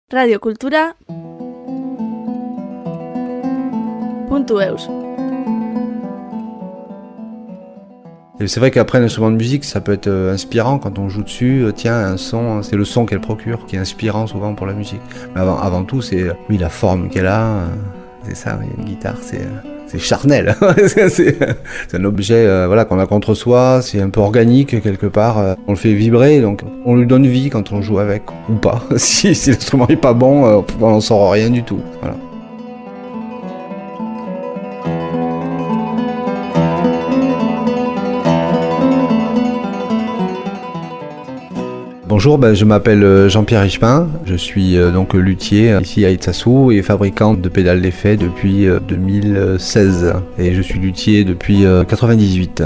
radiocultura.eus. Et c'est vrai qu'après un instrument de musique, ça peut être inspirant quand on joue dessus. Tiens, un son, c'est le son qu'elle procure qui est inspirant souvent pour la musique. Mais avant tout, c'est oui, la forme qu'elle a. C'est ça, une guitare, c'est charnel. c'est un objet voilà, qu'on a contre soi, c'est un peu organique quelque part. On le fait vibrer, donc on lui donne vie quand on joue avec, ou pas. Si l'instrument n'est pas bon, on n'en sort rien du tout. Voilà. Bonjour, je m'appelle Jean-Pierre Richepin, je suis donc luthier ici à Itsasou et fabricant de pédales d'effet depuis 2016 et je suis luthier depuis 98.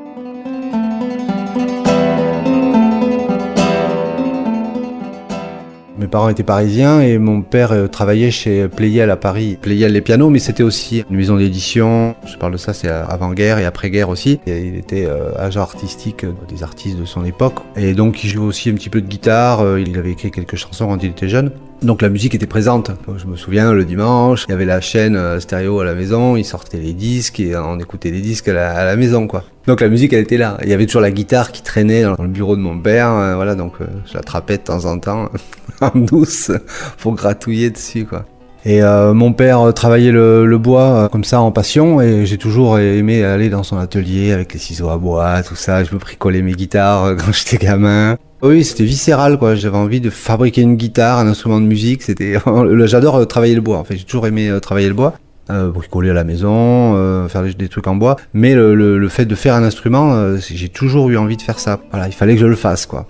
Mes parents étaient parisiens et mon père travaillait chez Pleyel à Paris. Pleyel les pianos, mais c'était aussi une maison d'édition. Je parle de ça, c'est avant-guerre et après-guerre aussi. Et il était agent artistique des artistes de son époque. Et donc il jouait aussi un petit peu de guitare. Il avait écrit quelques chansons quand il était jeune. Donc la musique était présente. Je me souviens, le dimanche, il y avait la chaîne stéréo à la maison, il sortait les disques et on écoutait les disques à la maison, quoi. Donc la musique, elle était là. Il y avait toujours la guitare qui traînait dans le bureau de mon père, voilà, donc je l'attrapais de temps en temps en douce pour gratouiller dessus, quoi. Et mon père travaillait le bois comme ça en passion et j'ai toujours aimé aller dans son atelier avec les ciseaux à bois, tout ça. Je me bricolais mes guitares quand j'étais gamin. Oui, c'était viscéral, quoi. J'avais envie de fabriquer une guitare, un instrument de musique. J'adore travailler le bois. En fait, j'ai toujours aimé travailler le bois. Bricoler à la maison, faire des trucs en bois. Mais le fait de faire un instrument, j'ai toujours eu envie de faire ça. Voilà, il fallait que je le fasse, quoi.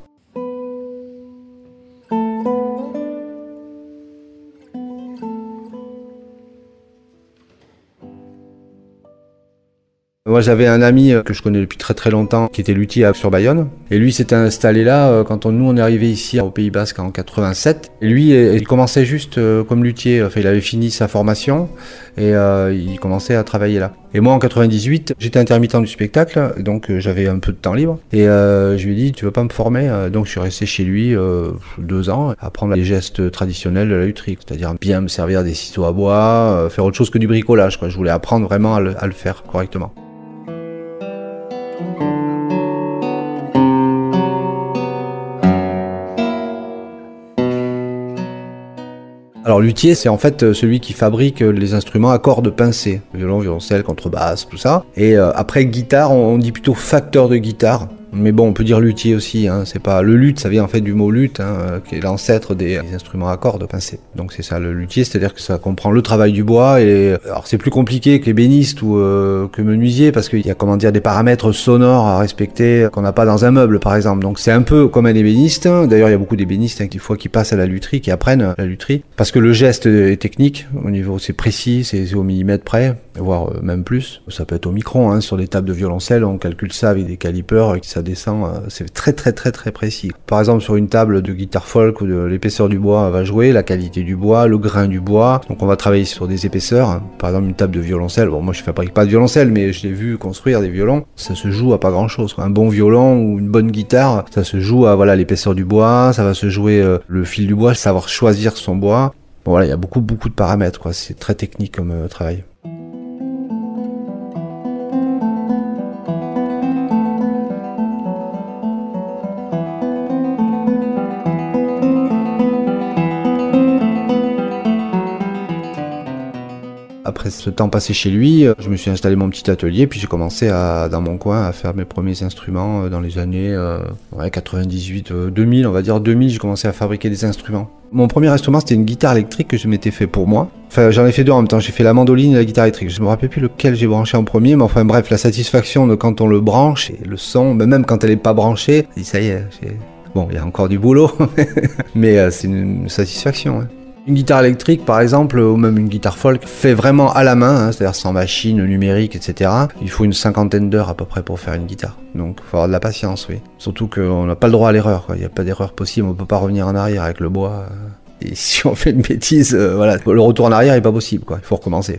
Moi, j'avais un ami que je connais depuis très très longtemps qui était luthier sur Bayonne. Et lui s'était installé là quand nous on est arrivé ici au Pays Basque en 87. Et lui, il commençait juste comme luthier. Enfin, il avait fini sa formation et il commençait à travailler là. Et moi en 98, j'étais intermittent du spectacle, donc j'avais un peu de temps libre. Et je lui ai dit, tu veux pas me former? Donc je suis resté chez lui 2 ans à apprendre les gestes traditionnels de la lutherie. C'est-à-dire bien me servir des ciseaux à bois, faire autre chose que du bricolage, quoi. Je voulais apprendre vraiment à le faire correctement. Alors luthier, c'est en fait celui qui fabrique les instruments à cordes pincées, violon, violoncelle, contrebasse, tout ça. Et après guitare, on dit plutôt facteur de guitare. Mais bon, on peut dire luthier aussi, hein. C'est pas le luth, ça vient en fait du mot luth, hein, qui est l'ancêtre des instruments à cordes pincées. Donc c'est ça le luthier, c'est-à-dire que ça comprend le travail du bois. Alors c'est plus compliqué que ébéniste ou que menuisier parce qu'il y a des paramètres sonores à respecter qu'on n'a pas dans un meuble par exemple. Donc c'est un peu comme un ébéniste. D'ailleurs il y a beaucoup d'ébénistes qui passent à la lutherie, qui apprennent la lutherie, parce que le geste est technique. Au niveau c'est précis, c'est au millimètre près, voire même plus. Ça peut être au micron, hein. Sur des tables de violoncelle, on calcule ça avec des calipers, ça descend, c'est très très très très précis. Par exemple sur une table de guitare folk où l'épaisseur du bois va jouer, la qualité du bois, le grain du bois, donc on va travailler sur des épaisseurs. Par exemple une table de violoncelle, bon moi je fabrique pas de violoncelle mais je l'ai vu construire des violons, ça se joue à pas grand chose, quoi. Un bon violon ou une bonne guitare, ça se joue à l'épaisseur du bois, ça va se jouer le fil du bois, savoir choisir son bois. Bon voilà, il y a beaucoup de paramètres, quoi. C'est très technique comme travail. Après ce temps passé chez lui, je me suis installé mon petit atelier, puis j'ai commencé dans mon coin à faire mes premiers instruments dans les années 98, 2000, on va dire 2000, j'ai commencé à fabriquer des instruments. Mon premier instrument, c'était une guitare électrique que je m'étais fait pour moi. Enfin, j'en ai fait 2 en même temps, j'ai fait la mandoline et la guitare électrique. Je me rappelle plus lequel j'ai branché en premier, mais enfin bref, la satisfaction de quand on le branche, et le son, même quand elle est pas branchée, je dis ça y est, bon, il y a encore du boulot, mais c'est une satisfaction, hein. Une guitare électrique, par exemple, ou même une guitare folk, fait vraiment à la main, hein, c'est-à-dire sans machine numérique, etc. Il faut une 50aine d'heures à peu près pour faire une guitare. Donc, il faut avoir de la patience, oui. Surtout qu'on n'a pas le droit à l'erreur, quoi. Il n'y a pas d'erreur possible, on ne peut pas revenir en arrière avec le bois. Et si on fait une bêtise, voilà, le retour en arrière n'est pas possible, quoi. Il faut recommencer.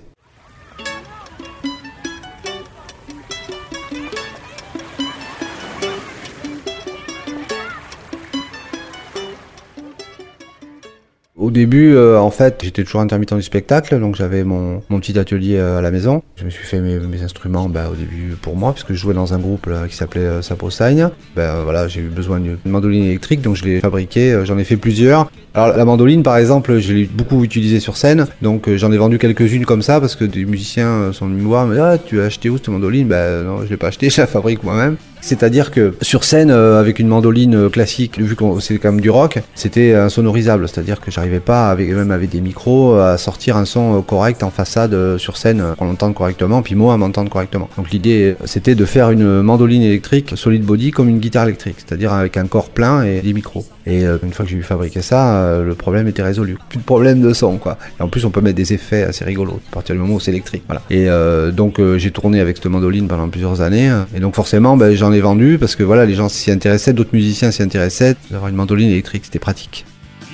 Au début, en fait, j'étais toujours intermittent du spectacle, donc j'avais mon petit atelier à la maison. Je me suis fait mes instruments au début pour moi, puisque je jouais dans un groupe là, qui s'appelait Saposagne. Voilà, j'ai eu besoin d'une mandoline électrique, donc je l'ai fabriquée, j'en ai fait plusieurs. Alors la mandoline, par exemple, je l'ai beaucoup utilisée sur scène, donc j'en ai vendu quelques-unes comme ça, parce que des musiciens sont venus me voir, mais ah, tu as acheté où cette mandoline? Non, je l'ai pas acheté, je la fabrique moi-même. C'est-à-dire que sur scène, avec une mandoline classique, vu que c'est quand même du rock, c'était insonorisable. C'est-à-dire que j'arrivais pas, même avec des micros, à sortir un son correct en façade sur scène, qu'on l'entende correctement, puis moi à m'entendre correctement. Donc l'idée, c'était de faire une mandoline électrique solid body comme une guitare électrique, c'est-à-dire avec un corps plein et des micros. Et une fois que j'ai eu fabriqué ça, le problème était résolu. Plus de problème de son, quoi. Et en plus, on peut mettre des effets assez rigolos à partir du moment où c'est électrique. Voilà. Et donc j'ai tourné avec cette mandoline pendant plusieurs années. Et donc forcément, j'en ai vendu parce que voilà, les gens s'y intéressaient, d'autres musiciens s'y intéressaient. D'avoir une mandoline électrique, c'était pratique.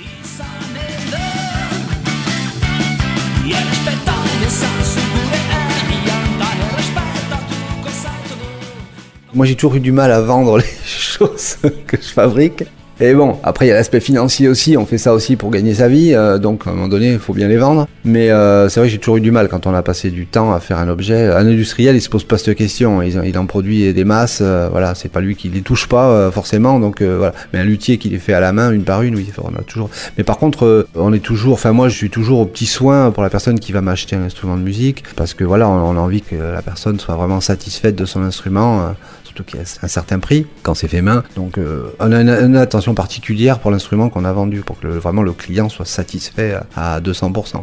Moi, j'ai toujours eu du mal à vendre les choses que je fabrique. Et bon, après il y a l'aspect financier aussi, on fait ça aussi pour gagner sa vie, donc à un moment donné il faut bien les vendre. Mais c'est vrai que j'ai toujours eu du mal quand on a passé du temps à faire un objet. Un industriel il se pose pas cette question, il en produit des masses, voilà, c'est pas lui qui les touche pas forcément, donc voilà. Mais un luthier qui les fait à la main une par une, oui, on a toujours. Mais par contre, on est toujours, enfin moi je suis toujours au petit soin pour la personne qui va m'acheter un instrument de musique, parce que voilà, on a envie que la personne soit vraiment satisfaite de son instrument. Surtout qu'il y a un certain prix quand c'est fait main. Donc on a une attention particulière pour l'instrument qu'on a vendu, pour que vraiment le client soit satisfait à 200%.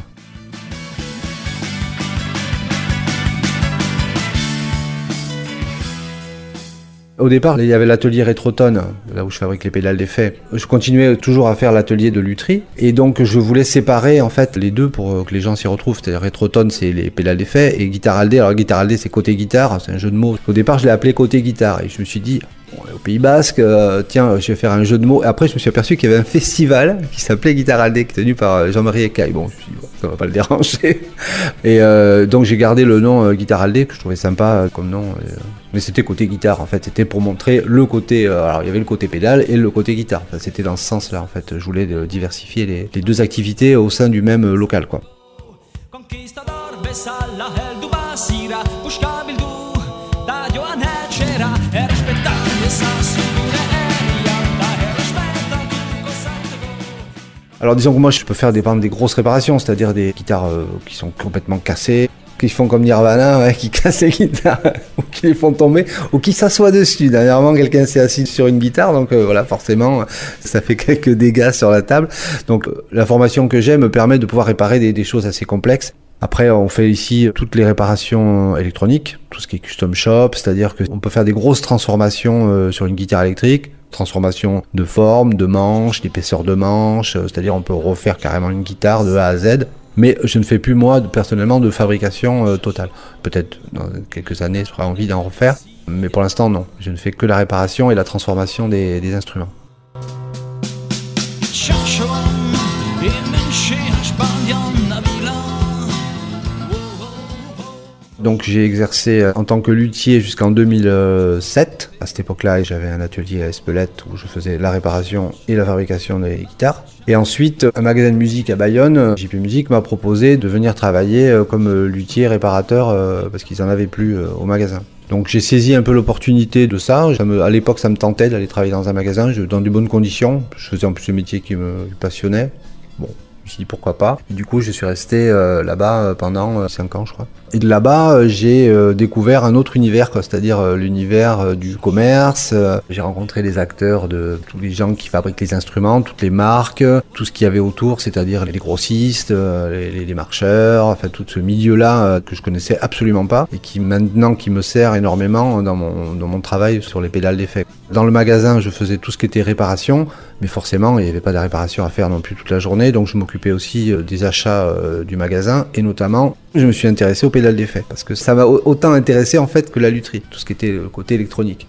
Au départ, il y avait l'atelier Rétrotone, là où je fabrique les pédales d'effet. Je continuais toujours à faire l'atelier de lutherie, et donc je voulais séparer en fait les deux pour que les gens s'y retrouvent. C'est-à-dire Rétrotone, c'est les pédales d'effet, et Guitare Aldé. Alors Guitare Aldé, c'est côté guitare, c'est un jeu de mots. Au départ, je l'ai appelé côté guitare, et je me suis dit, au Pays Basque, tiens, je vais faire un jeu de mots. Et après, je me suis aperçu qu'il y avait un festival qui s'appelait Guitare Aldé, qui est tenu par Jean-Marie Ecaille. Bon, je me suis dit, bon, ça va pas le déranger. Et donc j'ai gardé le nom Guitare Aldé, que je trouvais sympa comme nom. Mais c'était côté guitare en fait, c'était pour montrer le côté, alors il y avait le côté pédale et le côté guitare, enfin, c'était dans ce sens là en fait, je voulais diversifier les deux activités au sein du même local quoi. Alors disons que moi je peux faire des grosses réparations, c'est-à-dire des guitares qui sont complètement cassées, qui font comme Nirvana, ouais, qui cassent les guitares, ou qui les font tomber, ou qui s'assoient dessus. Dernièrement, quelqu'un s'est assis sur une guitare, donc voilà, forcément, ça fait quelques dégâts sur la table. Donc la formation que j'ai me permet de pouvoir réparer des choses assez complexes. Après, on fait ici toutes les réparations électroniques, tout ce qui est custom shop, c'est-à-dire qu'on peut faire des grosses transformations sur une guitare électrique, transformation de forme, de manche, d'épaisseur de manche, c'est-à-dire on peut refaire carrément une guitare de A à Z. Mais je ne fais plus, moi, personnellement, de fabrication totale. Peut-être dans quelques années, j'aurai envie d'en refaire. Mais pour l'instant, non. Je ne fais que la réparation et la transformation des instruments. Donc j'ai exercé en tant que luthier jusqu'en 2007. À cette époque-là, j'avais un atelier à Espelette où je faisais la réparation et la fabrication des guitares. Et ensuite, un magasin de musique à Bayonne, JP Musique, m'a proposé de venir travailler comme luthier réparateur parce qu'ils n'en avaient plus au magasin. Donc j'ai saisi un peu l'opportunité de ça. À l'époque, ça me tentait d'aller travailler dans un magasin, dans de bonnes conditions. Je faisais en plus ce métier qui me passionnait. Bon, je me suis dit pourquoi pas. Et du coup, je suis resté là-bas pendant 5 ans, je crois. Et de là-bas, j'ai découvert un autre univers, quoi, c'est-à-dire l'univers du commerce. J'ai rencontré les acteurs de tous les gens qui fabriquent les instruments, toutes les marques, tout ce qu'il y avait autour, c'est-à-dire les grossistes, les marcheurs, enfin tout ce milieu-là que je connaissais absolument pas et qui maintenant qui me sert énormément dans mon travail sur les pédales d'effet. Dans le magasin, je faisais tout ce qui était réparation, mais forcément, il n'y avait pas de réparation à faire non plus toute la journée, donc je m'occupais aussi des achats du magasin et notamment, je me suis intéressé aux pédales d'effet parce que ça m'a autant intéressé en fait que la lutherie, tout ce qui était le côté électronique.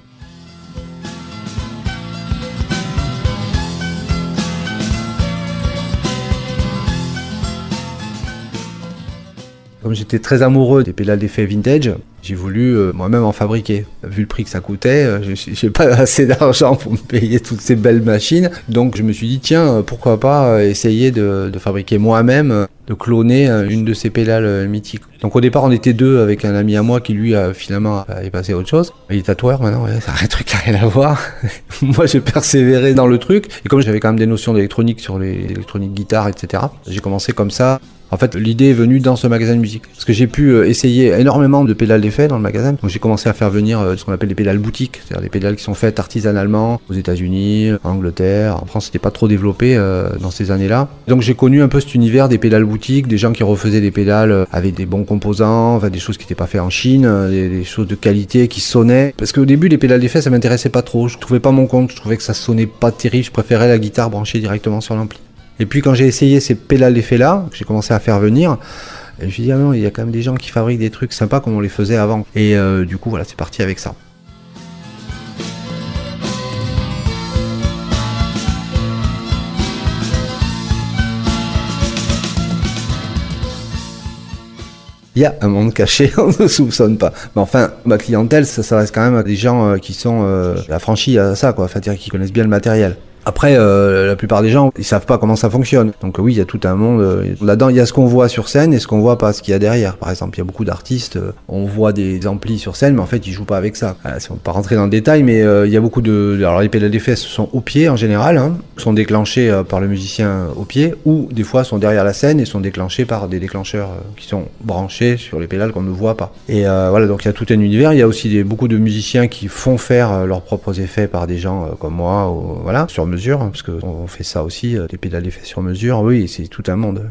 Comme j'étais très amoureux des pédales d'effet vintage, j'ai voulu moi-même en fabriquer. Vu le prix que ça coûtait, j'ai pas assez d'argent pour me payer toutes ces belles machines. Donc je me suis dit, tiens, pourquoi pas essayer de fabriquer moi-même, de cloner une de ces pédales mythiques. Donc au départ, on était deux avec un ami à moi qui lui finalement est passé à autre chose. Il est tatoueur maintenant, ouais, ça a un truc qui n'a rien à voir. Moi j'ai persévéré dans le truc. Et comme j'avais quand même des notions d'électronique sur l'électronique guitare, etc., j'ai commencé comme ça. En fait, l'idée est venue dans ce magasin de musique. Parce que j'ai pu essayer énormément de pédales d'effet dans le magasin. Donc j'ai commencé à faire venir ce qu'on appelle des pédales boutiques. C'est-à-dire des pédales qui sont faites artisanalement aux États-Unis, en Angleterre. En France, c'était pas trop développé dans ces années-là. Donc j'ai connu un peu cet univers des pédales boutiques, des gens qui refaisaient des pédales avec des bons composants, enfin, des choses qui n'étaient pas faites en Chine, des choses de qualité qui sonnaient. Parce qu'au début, les pédales d'effet, ça m'intéressait pas trop. Je trouvais pas mon compte. Je trouvais que ça sonnait pas terrible. Je préférais la guitare branchée directement sur l'ampli. Et puis quand j'ai essayé ces pédales d'effet-là, j'ai commencé à faire venir, et je me suis dit, ah non, il y a quand même des gens qui fabriquent des trucs sympas comme on les faisait avant. Et du coup, voilà, c'est parti avec ça. Il y a un monde caché, on ne soupçonne pas. Mais enfin, ma clientèle, ça reste quand même des gens qui sont affranchis à ça, quoi. Enfin, qui connaissent bien le matériel. Après, la plupart des gens, ils savent pas comment ça fonctionne. Donc oui, il y a tout un monde. Là-dedans, il y a ce qu'on voit sur scène et ce qu'on voit pas, ce qu'il y a derrière. Par exemple, il y a beaucoup d'artistes, on voit des amplis sur scène, mais en fait, ils jouent pas avec ça. On va pas rentrer dans le détail, mais il y a beaucoup de... Alors, les pédales d'effet sont au pied, en général, hein, sont déclenchés par le musicien au pied, ou des fois sont derrière la scène et sont déclenchés par des déclencheurs qui sont branchés sur les pédales qu'on ne voit pas. Et voilà, donc il y a tout un univers. Il y a aussi beaucoup de musiciens qui font faire leurs propres effets par des gens comme moi, voilà, sur mesure, parce qu'on fait ça aussi, des pédales d'effet sur mesure, oui, c'est tout un monde.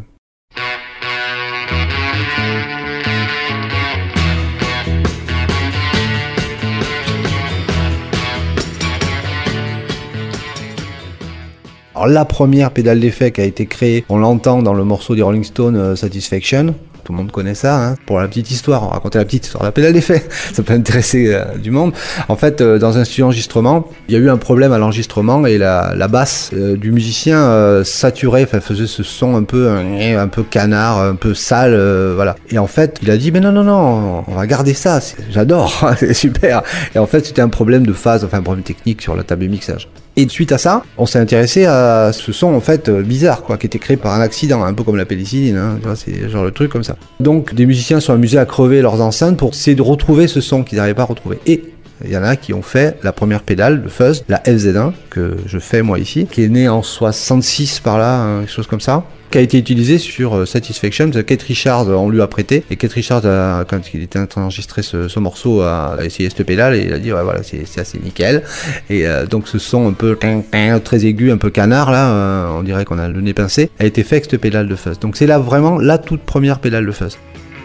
Alors la première pédale d'effet qui a été créée, on l'entend dans le morceau des Rolling Stones, Satisfaction. Tout le monde connaît ça, hein. Pour la petite histoire, on va raconter la petite histoire de la pédale d'effet, ça peut intéresser du monde. En fait, dans un studio d'enregistrement, il y a eu un problème à l'enregistrement et la basse du musicien saturait, faisait ce son un peu canard, un peu sale, voilà. Et en fait, il a dit, mais non, on va garder ça, j'adore, c'est super. Et en fait, c'était un problème de phase, enfin un problème technique sur la table de mixage. Et suite à ça, on s'est intéressé à ce son en fait bizarre, quoi, qui était créé par un accident, un peu comme la pénicilline, hein, tu vois, c'est genre le truc comme ça. Donc des musiciens sont amusés à crever leurs enceintes pour essayer de retrouver ce son qu'ils n'arrivaient pas à retrouver. Et il y en a qui ont fait la première pédale de fuzz, la FZ1, que je fais moi ici, qui est née en 66 par là, hein, quelque chose comme ça, qui a été utilisé sur Satisfaction. Keith Richards, on lui a prêté, et Keith Richards, quand il était en train d'enregistrer ce morceau, a essayé cette pédale, et il a dit, ouais, voilà, c'est assez nickel. Et donc ce son un peu très aigu, un peu canard, là, on dirait qu'on a le nez pincé, a été fait avec cette pédale de fuzz. Donc c'est là vraiment la toute première pédale de fuzz.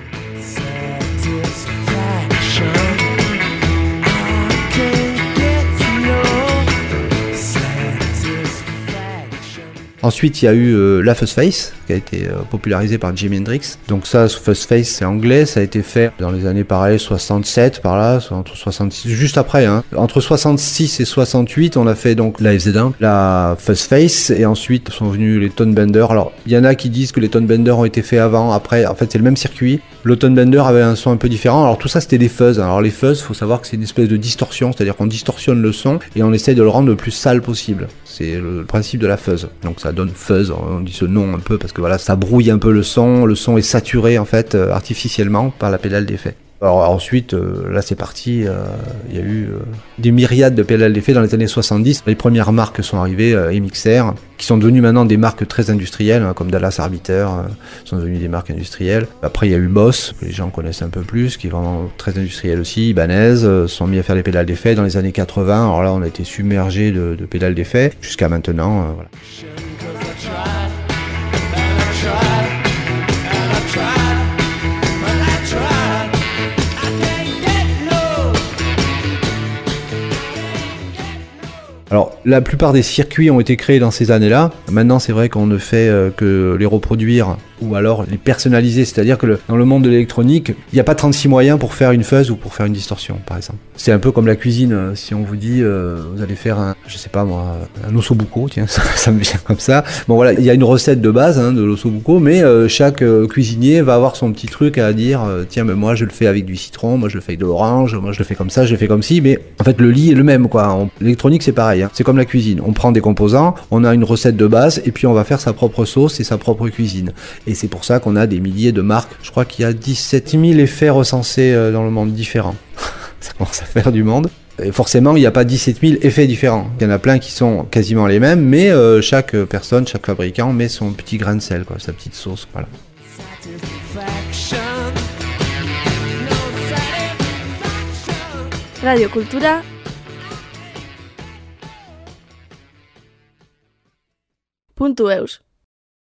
Ensuite, il y a eu la Fuzz Face, qui a été popularisée par Jimi Hendrix. Donc ça, Fuzz Face, c'est anglais, ça a été fait dans les années pareilles, 67 par là, entre 66, juste après, hein. Entre 66 et 68, on a fait donc la FZ1, la Fuzz Face, et ensuite sont venus les Tone Bender. Alors, il y en a qui disent que les Tone Bender ont été faits avant, après, en fait, c'est le même circuit. Le Tone Bender avait un son un peu différent. Alors tout ça, c'était des fuzz. Alors les fuzz, faut savoir que c'est une espèce de distorsion, c'est-à-dire qu'on distorsionne le son et on essaye de le rendre le plus sale possible. C'est le principe de la fuzz. Donc ça donne fuzz, on dit ce nom un peu parce que voilà, ça brouille un peu le son est saturé en fait artificiellement par la pédale d'effet. Alors ensuite, là c'est parti, il y a eu des myriades de pédales d'effet dans les années 70. Les premières marques sont arrivées, MXR, qui sont devenues maintenant des marques très industrielles, hein, comme Dallas Arbiter, sont devenues des marques industrielles. Après il y a eu Boss, que les gens connaissent un peu plus, qui est vraiment très industriel aussi. Ibanez sont mis à faire des pédales d'effet dans les années 80. Alors là on a été submergé de pédales d'effet jusqu'à maintenant. Voilà. Alors, La plupart des circuits ont été créés dans ces années-là. Maintenant, c'est vrai qu'on ne fait que les reproduire ou alors les personnaliser. C'est-à-dire que dans le monde de l'électronique, il n'y a pas 36 moyens pour faire une fuzz ou pour faire une distorsion, par exemple. C'est un peu comme la cuisine. Si on vous dit, vous allez faire un ossobuco, tiens, ça me vient comme ça. Bon voilà, il y a une recette de base de l'ossobuco, mais chaque cuisinier va avoir son petit truc à dire, tiens, mais moi je le fais avec du citron, moi je le fais avec de l'orange, moi je le fais comme ça, je le fais comme ci, mais en fait le lit est le même, quoi. L'électronique c'est pareil, c'est comme la cuisine. On prend des composants, on a une recette de base, et puis on va faire sa propre sauce et sa propre cuisine. Et c'est pour ça qu'on a des milliers de marques. Je crois qu'il y a 17 000 effets recensés dans le monde différents. Ça commence à faire du monde. Et forcément, il n'y a pas 17 000 effets différents. Il y en a plein qui sont quasiment les mêmes, mais chaque personne, chaque fabricant met son petit grain de sel, quoi, sa petite sauce. Voilà. Radio Cultura. .eus